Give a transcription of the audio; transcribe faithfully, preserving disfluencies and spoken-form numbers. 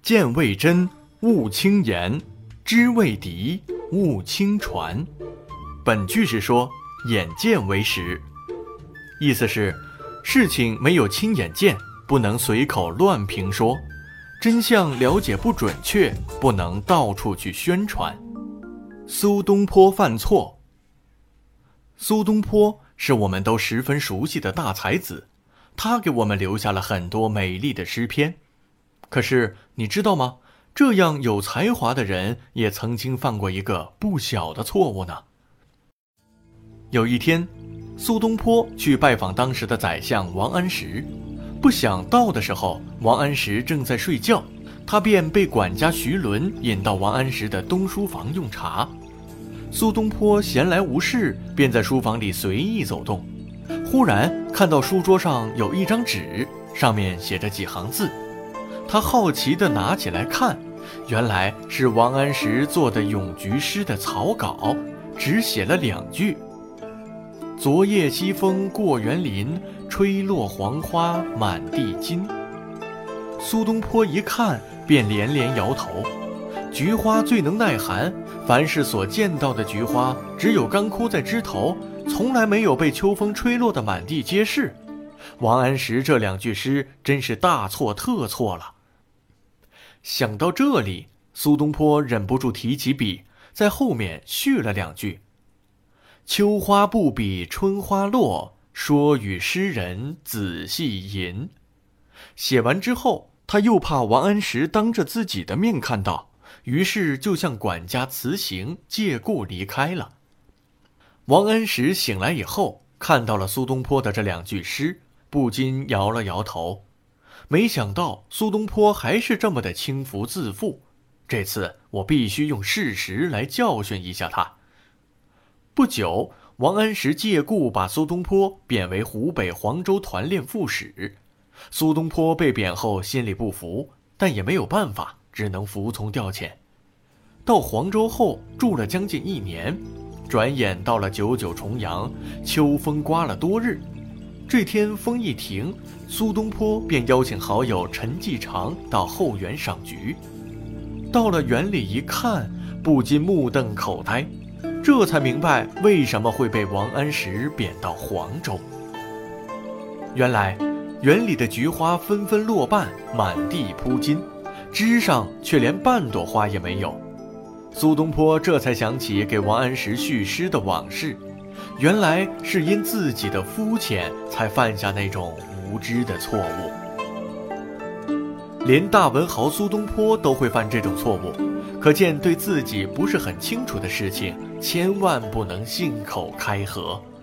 见未真，勿轻言；知未敌，勿轻传。本句是说眼见为实，意思是事情没有亲眼见，不能随口乱评说；真相了解不准确，不能到处去宣传。苏东坡犯错。苏东坡是我们都十分熟悉的大才子，他给我们留下了很多美丽的诗篇。可是你知道吗？这样有才华的人也曾经犯过一个不小的错误呢。有一天，苏东坡去拜访当时的宰相王安石，不想到的时候，王安石正在睡觉，他便被管家徐伦引到王安石的东书房用茶。苏东坡闲来无事，便在书房里随意走动，忽然看到书桌上有一张纸，上面写着几行字。他好奇地拿起来看，原来是王安石做的咏菊诗的草稿，只写了两句：昨夜西风过园林，吹落黄花满地金。苏东坡一看便连连摇头，菊花最能耐寒，凡是所见到的菊花只有干枯在枝头，从来没有被秋风吹落的满地皆是。王安石这两句诗真是大错特错了。想到这里，苏东坡忍不住提起笔，在后面续了两句：秋花不比春花落，说与诗人仔细吟。写完之后，他又怕王安石当着自己的面看到，于是就向管家辞行，借故离开了。王安石醒来以后，看到了苏东坡的这两句诗，不禁摇了摇头。没想到苏东坡还是这么的轻浮自负，这次我必须用事实来教训一下他。不久，王安石借故把苏东坡贬为湖北黄州团练副使。苏东坡被贬后心里不服，但也没有办法，只能服从调遣。到黄州后住了将近一年，转眼到了九九重阳，秋风刮了多日。这天风一停，苏东坡便邀请好友陈继常到后园赏菊。到了园里一看，不禁目瞪口呆，这才明白为什么会被王安石贬到黄州。原来园里的菊花纷纷落瓣，满地铺金，枝上却连半朵花也没有。苏东坡这才想起给王安石续诗的往事，原来是因自己的肤浅才犯下那种无知的错误。连大文豪苏东坡都会犯这种错误，可见对自己不是很清楚的事情，千万不能信口开河。